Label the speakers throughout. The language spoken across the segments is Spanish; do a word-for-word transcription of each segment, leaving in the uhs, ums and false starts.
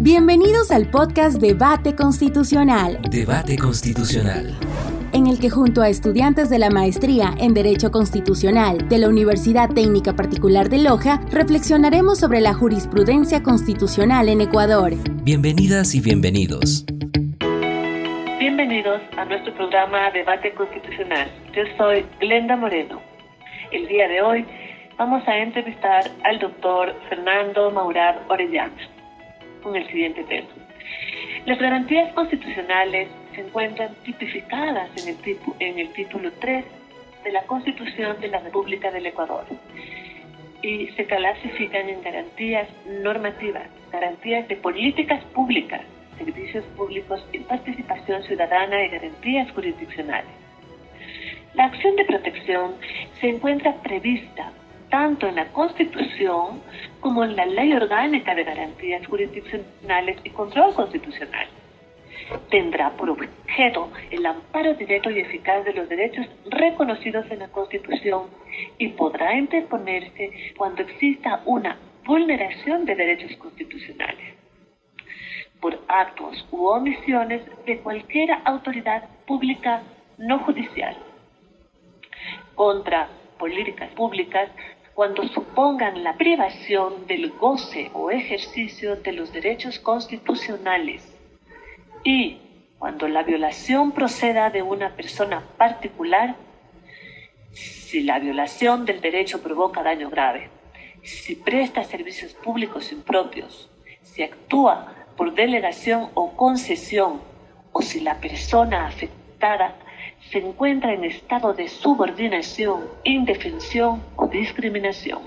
Speaker 1: Bienvenidos al podcast Debate Constitucional.
Speaker 2: Debate Constitucional.
Speaker 1: En el que junto a estudiantes de la Maestría en Derecho Constitucional de la Universidad Técnica Particular de Loja, reflexionaremos sobre la jurisprudencia constitucional en Ecuador.
Speaker 2: Bienvenidas y bienvenidos.
Speaker 3: Bienvenidos a nuestro programa Debate Constitucional. Yo soy Glenda Moreno. El día de hoy vamos a entrevistar al doctor Fernando Maurad Orellana con el siguiente tema. Las garantías constitucionales se encuentran tipificadas en el, tipo, en el título tres de la Constitución de la República del Ecuador y se clasifican en garantías normativas, garantías de políticas públicas, servicios públicos y participación ciudadana y garantías jurisdiccionales. La acción de protección se encuentra prevista tanto en la Constitución como en la Ley Orgánica de Garantías Jurisdiccionales y Control Constitucional. Tendrá por objeto el amparo directo y eficaz de los derechos reconocidos en la Constitución y podrá interponerse cuando exista una vulneración de derechos constitucionales por actos u omisiones de cualquier autoridad pública no judicial contra políticas públicas cuando supongan la privación del goce o ejercicio de los derechos constitucionales y cuando la violación proceda de una persona particular, si la violación del derecho provoca daño grave, si presta servicios públicos impropios, si actúa por delegación o concesión, o si la persona afectada se encuentra en estado de subordinación, indefensión o discriminación.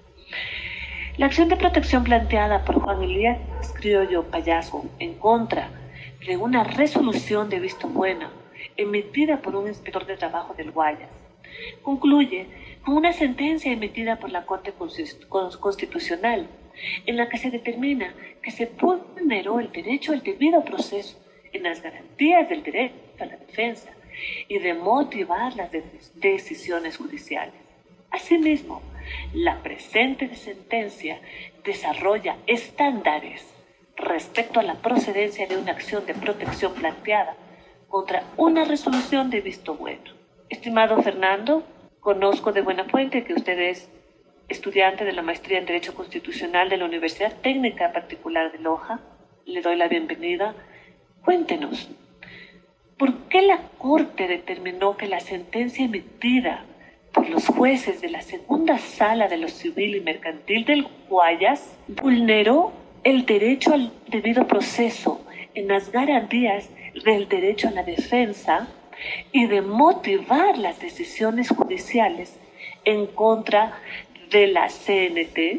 Speaker 3: La acción de protección planteada por Juan Elías Criollo Payaso en contra de una resolución de visto bueno emitida por un inspector de trabajo del Guayas concluye con una sentencia emitida por la Corte Constitucional en la que se determina que se vulneró el derecho al debido proceso en las garantías del derecho a la defensa y de motivar las de- decisiones judiciales. Asimismo, la presente sentencia desarrolla estándares respecto a la procedencia de una acción de protección planteada contra una resolución de visto bueno. Estimado Fernando, conozco de buena fuente que usted es estudiante de la Maestría en Derecho Constitucional de la Universidad Técnica Particular de Loja. Le doy la bienvenida. Cuéntenos, ¿por qué la Corte determinó que la sentencia emitida por los jueces de la segunda sala de lo civil y mercantil del Guayas vulneró el derecho al debido proceso en las garantías del derecho a la defensa y de motivar las decisiones judiciales en contra de la C N T?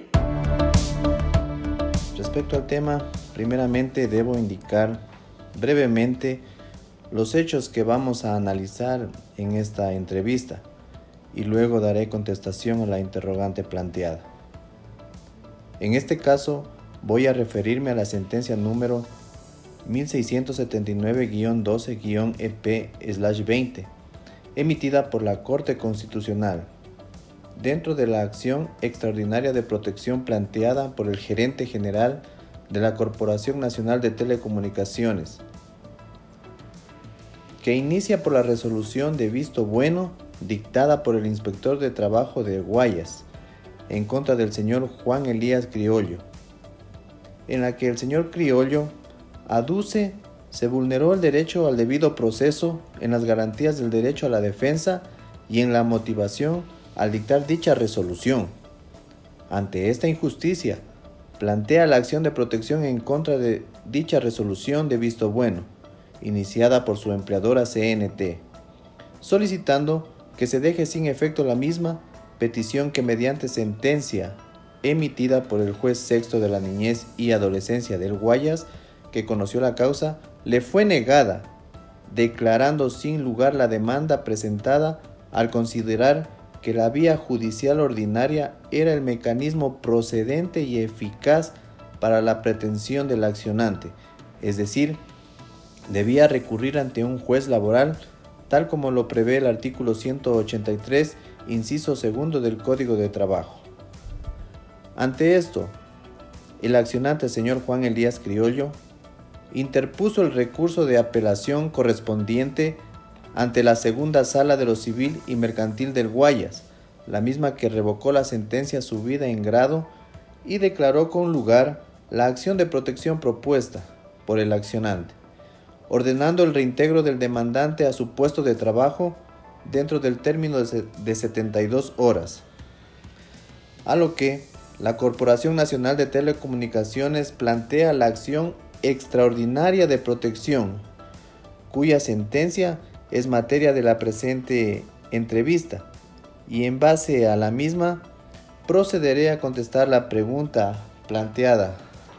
Speaker 4: Respecto al tema, primeramente debo indicar brevemente los hechos que vamos a analizar en esta entrevista y luego daré contestación a la interrogante planteada. En este caso, voy a referirme a la sentencia número mil seiscientos setenta y nueve guión doce guión E P veinte, emitida por la Corte Constitucional, dentro de la acción extraordinaria de protección planteada por el gerente general de la Corporación Nacional de Telecomunicaciones, que inicia por la resolución de visto bueno dictada por el inspector de trabajo de Guayas en contra del señor Juan Elías Criollo, en la que el señor Criollo aduce se vulneró el derecho al debido proceso en las garantías del derecho a la defensa y en la motivación al dictar dicha resolución. Ante esta injusticia, plantea la acción de protección en contra de dicha resolución de visto bueno, iniciada por su empleadora C N T, solicitando que se deje sin efecto la misma petición que mediante sentencia emitida por el juez sexto de la niñez y adolescencia del Guayas, que conoció la causa, le fue negada, declarando sin lugar la demanda presentada al considerar que la vía judicial ordinaria era el mecanismo procedente y eficaz para la pretensión del accionante, es decir, debía recurrir ante un juez laboral, tal como lo prevé el artículo ciento ochenta y tres, inciso segundo del Código de Trabajo. Ante esto, el accionante señor Juan Elías Criollo interpuso el recurso de apelación correspondiente ante la segunda sala de lo civil y mercantil del Guayas, la misma que revocó la sentencia subida en grado y declaró con lugar la acción de protección propuesta por el accionante, ordenando el reintegro del demandante a su puesto de trabajo dentro del término de setenta y dos horas, a lo que la Corporación Nacional de Telecomunicaciones plantea la acción extraordinaria de protección, cuya sentencia es materia de la presente entrevista, y en base a la misma procederé a contestar la pregunta planteada.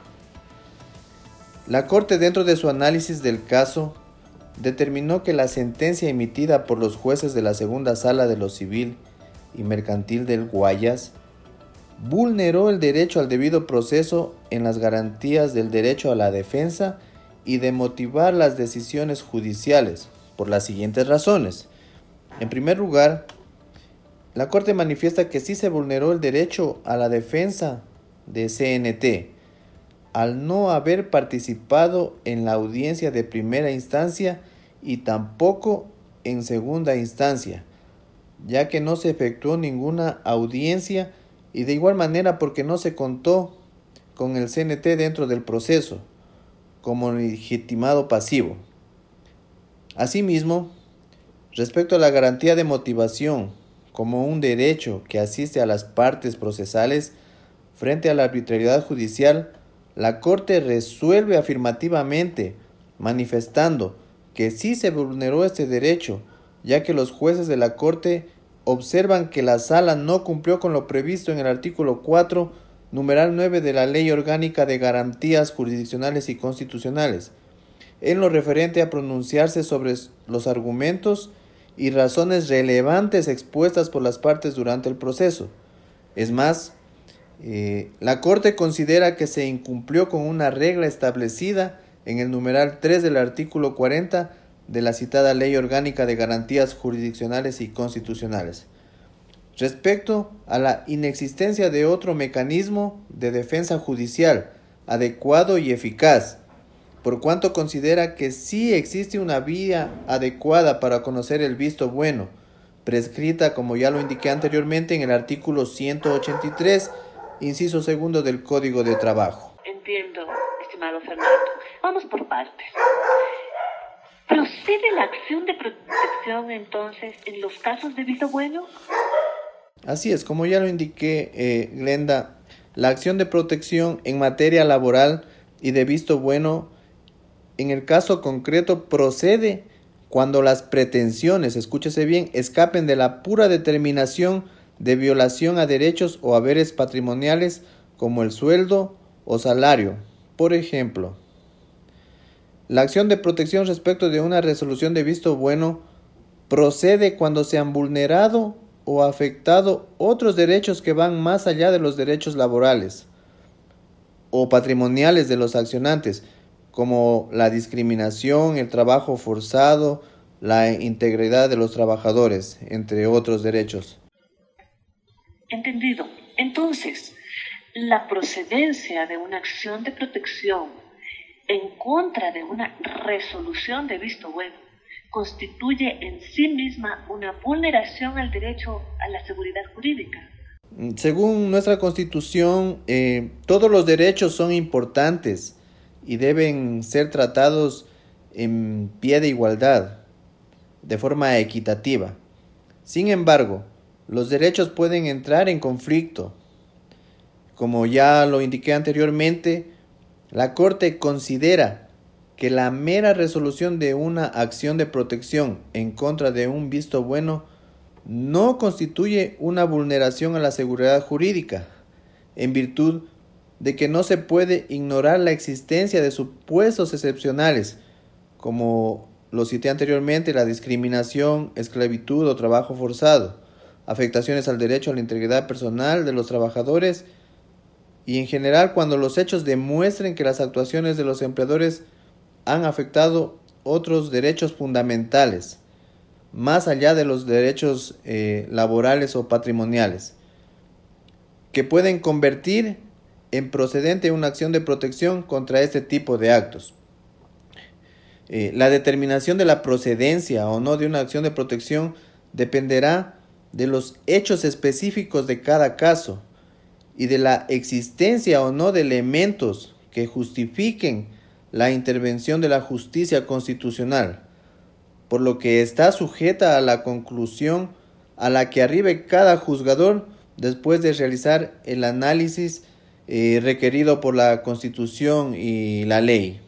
Speaker 4: La Corte, dentro de su análisis del caso, determinó que la sentencia emitida por los jueces de la segunda sala de lo civil y mercantil del Guayas vulneró el derecho al debido proceso en las garantías del derecho a la defensa y de motivar las decisiones judiciales por las siguientes razones. En primer lugar, la Corte manifiesta que sí se vulneró el derecho a la defensa de C N T al no haber participado en la audiencia de primera instancia y tampoco en segunda instancia, ya que no se efectuó ninguna audiencia, y de igual manera porque no se contó con el C N T dentro del proceso como legitimado pasivo. Asimismo, respecto a la garantía de motivación como un derecho que asiste a las partes procesales frente a la arbitrariedad judicial, la Corte resuelve afirmativamente, manifestando que sí se vulneró este derecho, ya que los jueces de la Corte observan que la Sala no cumplió con lo previsto en el artículo cuatro, numeral nueve de la Ley Orgánica de Garantías Jurisdiccionales y Constitucionales, en lo referente a pronunciarse sobre los argumentos y razones relevantes expuestas por las partes durante el proceso. Es más, eh, la Corte considera que se incumplió con una regla establecida en el numeral tres del artículo cuarenta de la citada Ley Orgánica de Garantías Jurisdiccionales y Constitucionales, respecto a la inexistencia de otro mecanismo de defensa judicial adecuado y eficaz, por cuanto considera que sí existe una vía adecuada para conocer el visto bueno, prescrita, como ya lo indiqué anteriormente, en el artículo ciento ochenta y tres, inciso segundo del Código de Trabajo.
Speaker 3: Entiendo, estimado Fernando. Vamos por partes. ¿Procede la acción de protección entonces en los casos de visto bueno?
Speaker 4: Así es, como ya lo indiqué, eh, Glenda, la acción de protección en materia laboral y de visto bueno, en el caso concreto, procede cuando las pretensiones, escúchese bien, escapen de la pura determinación de violación a derechos o haberes patrimoniales como el sueldo o salario. Por ejemplo, la acción de protección respecto de una resolución de visto bueno procede cuando se han vulnerado o afectado otros derechos que van más allá de los derechos laborales o patrimoniales de los accionantes, como la discriminación, el trabajo forzado, la integridad de los trabajadores, entre otros derechos.
Speaker 3: Entendido. Entonces, la procedencia de una acción de protección en contra de una resolución de visto bueno constituye en sí misma una vulneración al derecho a la seguridad jurídica.
Speaker 4: Según nuestra Constitución, eh, todos los derechos son importantes y deben ser tratados en pie de igualdad, de forma equitativa. Sin embargo, los derechos pueden entrar en conflicto. Como ya lo indiqué anteriormente, la Corte considera que la mera resolución de una acción de protección en contra de un visto bueno no constituye una vulneración a la seguridad jurídica, en virtud de que no se puede ignorar la existencia de supuestos excepcionales, como lo cité anteriormente, la discriminación, esclavitud o trabajo forzado, afectaciones al derecho a la integridad personal de los trabajadores y en general cuando los hechos demuestren que las actuaciones de los empleadores han afectado otros derechos fundamentales, más allá de los derechos eh, laborales o patrimoniales, que pueden convertir en procedente una acción de protección contra este tipo de actos. Eh, la determinación de la procedencia o no de una acción de protección dependerá de los hechos específicos de cada caso y de la existencia o no de elementos que justifiquen la intervención de la justicia constitucional, por lo que está sujeta a la conclusión a la que arribe cada juzgador después de realizar el análisis eh, requerido por la Constitución y la ley.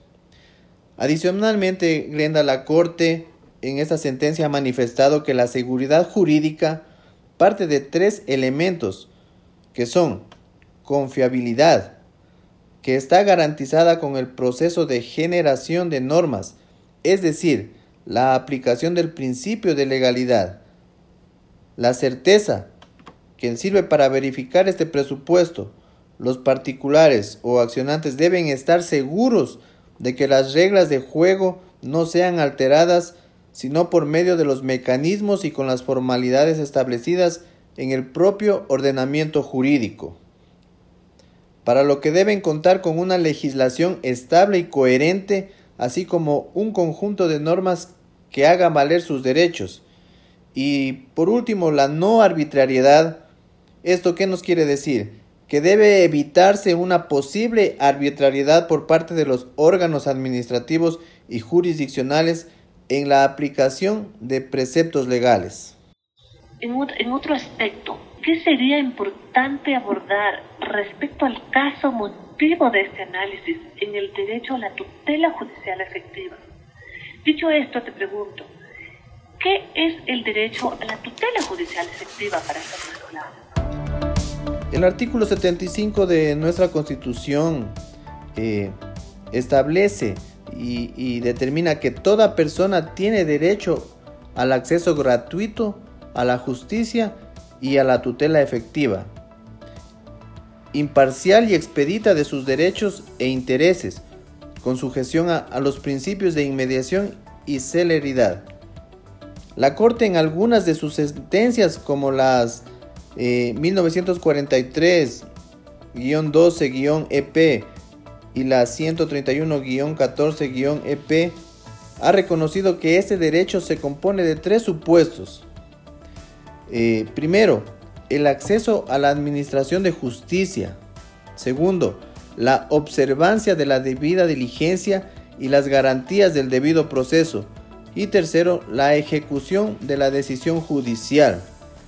Speaker 4: Adicionalmente, Glenda, la Corte en esta sentencia ha manifestado que la seguridad jurídica parte de tres elementos que son confiabilidad, que está garantizada con el proceso de generación de normas, es decir, la aplicación del principio de legalidad, la certeza, que sirve para verificar este presupuesto. Los particulares o accionantes deben estar seguros de que las reglas de juego no sean alteradas, sino por medio de los mecanismos y con las formalidades establecidas en el propio ordenamiento jurídico, para lo que deben contar con una legislación estable y coherente, así como un conjunto de normas que hagan valer sus derechos. Y por último, la no arbitrariedad. ¿Esto qué nos quiere decir? Que debe evitarse una posible arbitrariedad por parte de los órganos administrativos y jurisdiccionales en la aplicación de preceptos legales.
Speaker 3: En otro, en otro aspecto, ¿qué sería importante abordar respecto al caso motivo de este análisis en el derecho a la tutela judicial efectiva? Dicho esto, te pregunto, ¿qué es el derecho a la tutela judicial efectiva para ser más claro?
Speaker 4: El artículo setenta y cinco de nuestra Constitución eh, establece y, y determina que toda persona tiene derecho al acceso gratuito a la justicia y a la tutela efectiva, imparcial y expedita de sus derechos e intereses, con sujeción a, a los principios de inmediación y celeridad. La Corte en algunas de sus sentencias, como las eh, mil novecientos cuarenta y tres doce E P y la ciento treinta y uno catorce E P, ha reconocido que este derecho se compone de tres supuestos. Eh, primero, el acceso a la administración de justicia. Segundo, la observancia de la debida diligencia y las garantías del debido proceso. Y tercero, la ejecución de la decisión judicial.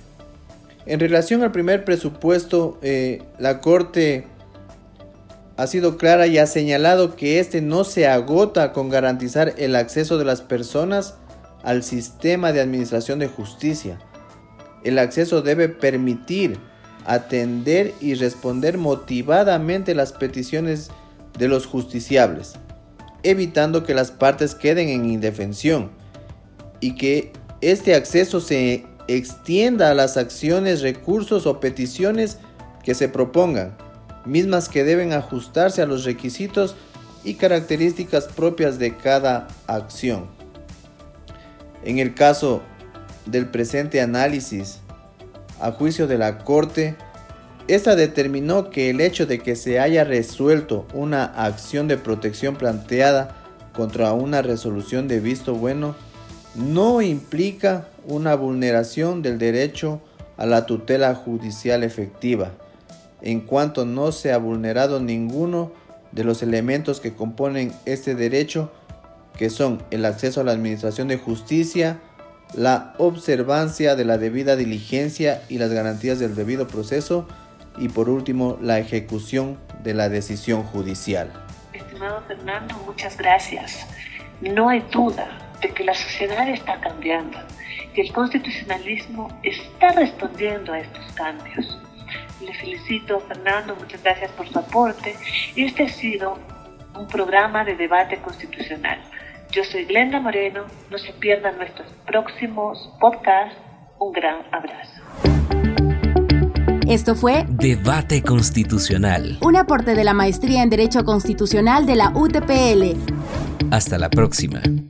Speaker 4: En relación al primer presupuesto, eh, la Corte ha sido clara y ha señalado que este no se agota con garantizar el acceso de las personas al sistema de administración de justicia. El acceso debe permitir atender y responder motivadamente las peticiones de los justiciables, evitando que las partes queden en indefensión y que este acceso se extienda a las acciones, recursos o peticiones que se propongan, mismas que deben ajustarse a los requisitos y características propias de cada acción. En el caso del presente análisis, a juicio de la Corte, esta determinó que el hecho de que se haya resuelto una acción de protección planteada contra una resolución de visto bueno no implica una vulneración del derecho a la tutela judicial efectiva, en cuanto no se ha vulnerado ninguno de los elementos que componen este derecho, que son el acceso a la administración de justicia, la observancia de la debida diligencia y las garantías del debido proceso, y por último, la ejecución de la decisión judicial.
Speaker 3: Estimado Fernando, muchas gracias. No hay duda de que la sociedad está cambiando, que el constitucionalismo está respondiendo a estos cambios. Le felicito, Fernando, muchas gracias por su aporte. Este ha sido un programa de debate constitucional. Yo soy Glenda Moreno, no se pierdan nuestros próximos podcasts. Un gran abrazo.
Speaker 1: Esto fue
Speaker 2: Debate Constitucional,
Speaker 1: un aporte de la Maestría en Derecho Constitucional de la U T P L.
Speaker 2: Hasta la próxima.